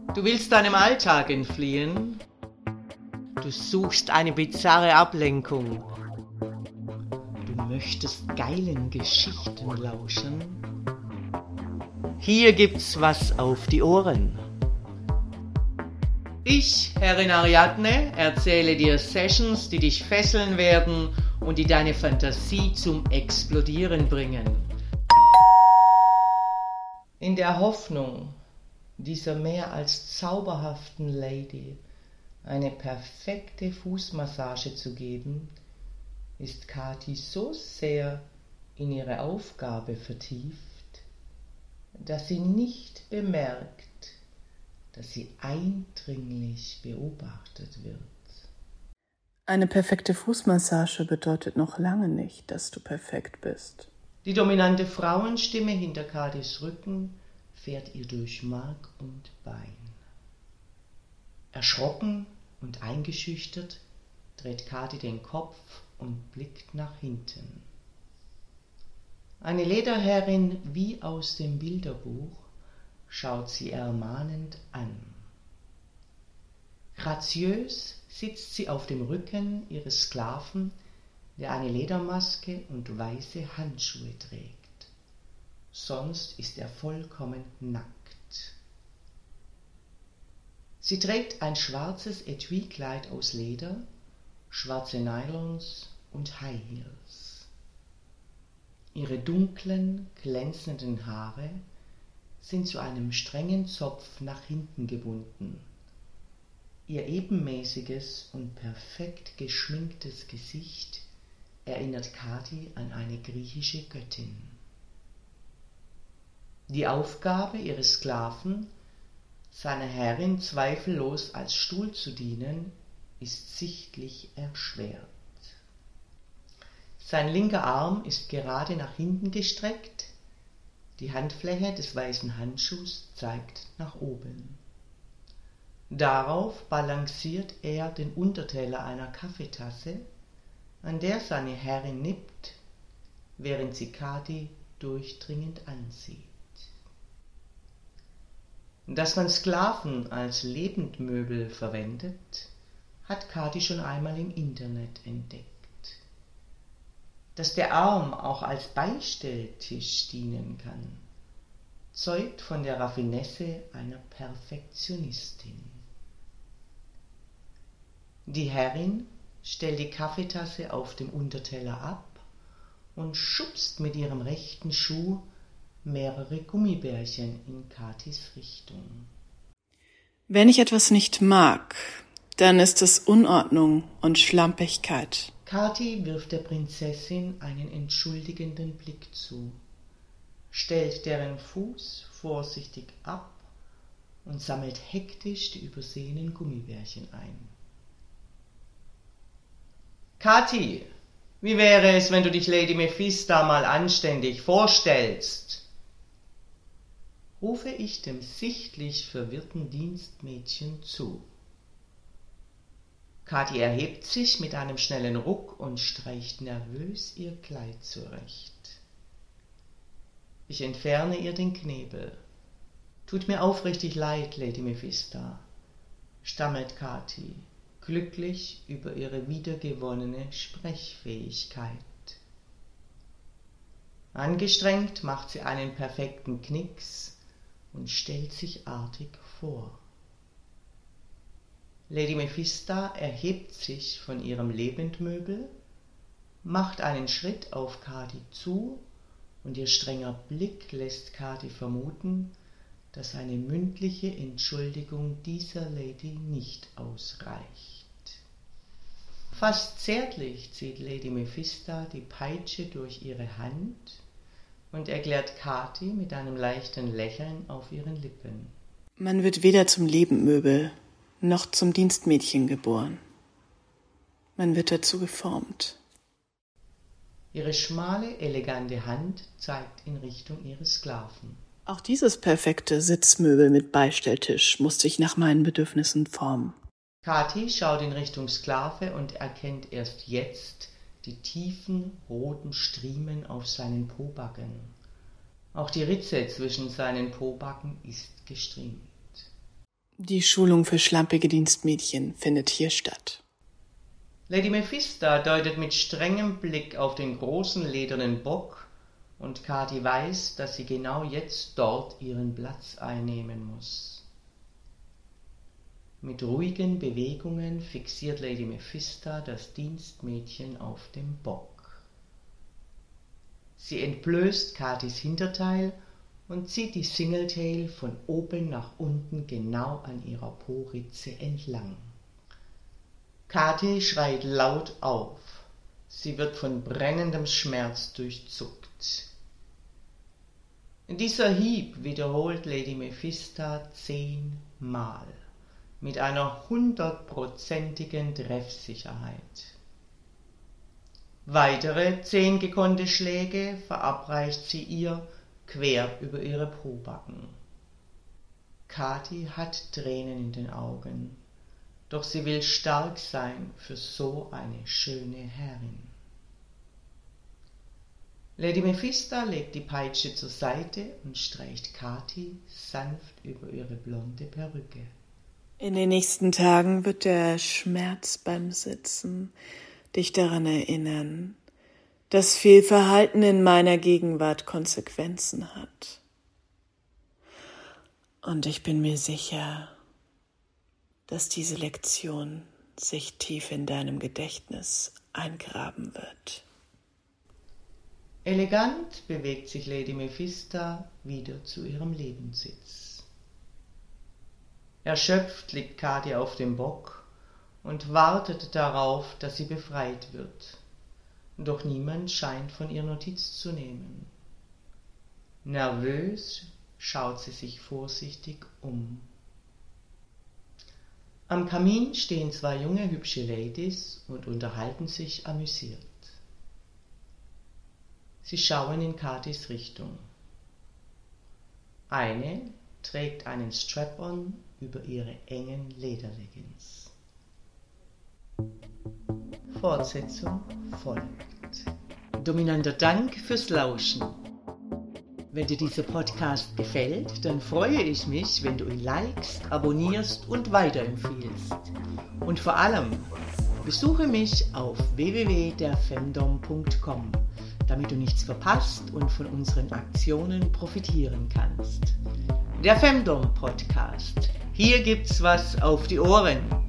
Du willst deinem Alltag entfliehen? Du suchst eine bizarre Ablenkung. Du möchtest geilen Geschichten lauschen? Hier gibt's was auf die Ohren. Ich, Herrin Ariadne, erzähle dir Sessions, die dich fesseln werden und die deine Fantasie zum Explodieren bringen. In der Hoffnung, dieser mehr als zauberhaften Lady eine perfekte Fußmassage zu geben, ist Kathi so sehr in ihre Aufgabe vertieft, dass sie nicht bemerkt, dass sie eindringlich beobachtet wird. Eine perfekte Fußmassage bedeutet noch lange nicht, dass du perfekt bist. Die dominante Frauenstimme hinter Kathis Rücken fährt ihr durch Mark und Bein. Erschrocken und eingeschüchtert dreht Kathi den Kopf und blickt nach hinten. Eine Lederherrin wie aus dem Bilderbuch schaut sie ermahnend an. Graziös sitzt sie auf dem Rücken ihres Sklaven, der eine Ledermaske und weiße Handschuhe trägt. Sonst ist er vollkommen nackt. Sie trägt ein schwarzes Etui-Kleid aus Leder, schwarze Nylons und High Heels. Ihre dunklen, glänzenden Haare sind zu einem strengen Zopf nach hinten gebunden. Ihr ebenmäßiges und perfekt geschminktes Gesicht erinnert Kathi an eine griechische Göttin. Die Aufgabe ihres Sklaven, seiner Herrin zweifellos als Stuhl zu dienen, ist sichtlich erschwert. Sein linker Arm ist gerade nach hinten gestreckt, die Handfläche des weißen Handschuhs zeigt nach oben. Darauf balanciert er den Unterteller einer Kaffeetasse, an der seine Herrin nippt, während sie Kathi durchdringend ansieht. Dass man Sklaven als Lebendmöbel verwendet, hat Kathi schon einmal im Internet entdeckt. Dass der Arm auch als Beistelltisch dienen kann, zeugt von der Raffinesse einer Perfektionistin. Die Herrin stellt die Kaffeetasse auf dem Unterteller ab und schubst mit ihrem rechten Schuh mehrere Gummibärchen in Kathis Richtung. Wenn ich etwas nicht mag, dann ist es Unordnung und Schlampigkeit. Kathi wirft der Prinzessin einen entschuldigenden Blick zu, stellt deren Fuß vorsichtig ab und sammelt hektisch die übersehenen Gummibärchen ein. Kathi, wie wäre es, wenn du dich Lady Mephista mal anständig vorstellst? Rufe ich dem sichtlich verwirrten Dienstmädchen zu. Kathi erhebt sich mit einem schnellen Ruck und streicht nervös ihr Kleid zurecht. Ich entferne ihr den Knebel. Tut mir aufrichtig leid, Lady Mephista, stammelt Kathi, glücklich über ihre wiedergewonnene Sprechfähigkeit. Angestrengt macht sie einen perfekten Knicks und stellt sich artig vor. Lady Mephista erhebt sich von ihrem Lebendmöbel, macht einen Schritt auf Kathi zu und ihr strenger Blick lässt Kathi vermuten, dass eine mündliche Entschuldigung dieser Lady nicht ausreicht. Fast zärtlich zieht Lady Mephista die Peitsche durch ihre Hand und erklärt Kathi mit einem leichten Lächeln auf ihren Lippen. Man wird weder zum Lebendmöbel noch zum Dienstmädchen geboren. Man wird dazu geformt. Ihre schmale, elegante Hand zeigt in Richtung ihres Sklaven. Auch dieses perfekte Sitzmöbel mit Beistelltisch musste ich nach meinen Bedürfnissen formen. Kathi schaut in Richtung Sklave und erkennt erst jetzt die tiefen, roten Striemen auf seinen Pobacken. Auch die Ritze zwischen seinen Pobacken ist gestriemt. Die Schulung für schlampige Dienstmädchen findet hier statt. Lady Mephista deutet mit strengem Blick auf den großen ledernen Bock und Kathi weiß, dass sie genau jetzt dort ihren Platz einnehmen muss. Mit ruhigen Bewegungen fixiert Lady Mephista das Dienstmädchen auf dem Bock. Sie entblößt Kathis Hinterteil und zieht die Singletail von oben nach unten genau an ihrer Po-Ritze entlang. Kathi schreit laut auf. Sie wird von brennendem Schmerz durchzuckt. Dieser Hieb wiederholt Lady Mephista 10-mal mit einer 100%igen Treffsicherheit. Weitere 10 gekonnte Schläge verabreicht sie ihr quer über ihre Pobacken. Kathi hat Tränen in den Augen, doch sie will stark sein für so eine schöne Herrin. Lady Mephista legt die Peitsche zur Seite und streicht Kathi sanft über ihre blonde Perücke. In den nächsten Tagen wird der Schmerz beim Sitzen dich daran erinnern, dass Fehlverhalten in meiner Gegenwart Konsequenzen hat. Und ich bin mir sicher, dass diese Lektion sich tief in deinem Gedächtnis eingraben wird. Elegant bewegt sich Lady Mephista wieder zu ihrem Lebenssitz. Erschöpft liegt Kathi auf dem Bock und wartet darauf, dass sie befreit wird. Doch niemand scheint von ihr Notiz zu nehmen. Nervös schaut sie sich vorsichtig um. Am Kamin stehen 2 junge, hübsche Ladies und unterhalten sich amüsiert. Sie schauen in Kathis Richtung. Eine trägt einen Strap-on über ihre engen Lederleggings. Fortsetzung folgt. Dominanter Dank fürs Lauschen. Wenn dir dieser Podcast gefällt, dann freue ich mich, wenn du ihn likest, abonnierst und weiterempfiehlst. Und vor allem, besuche mich auf www.derfemdom.com, damit du nichts verpasst und von unseren Aktionen profitieren kannst. Der Femdom Podcast. Hier gibt's was auf die Ohren.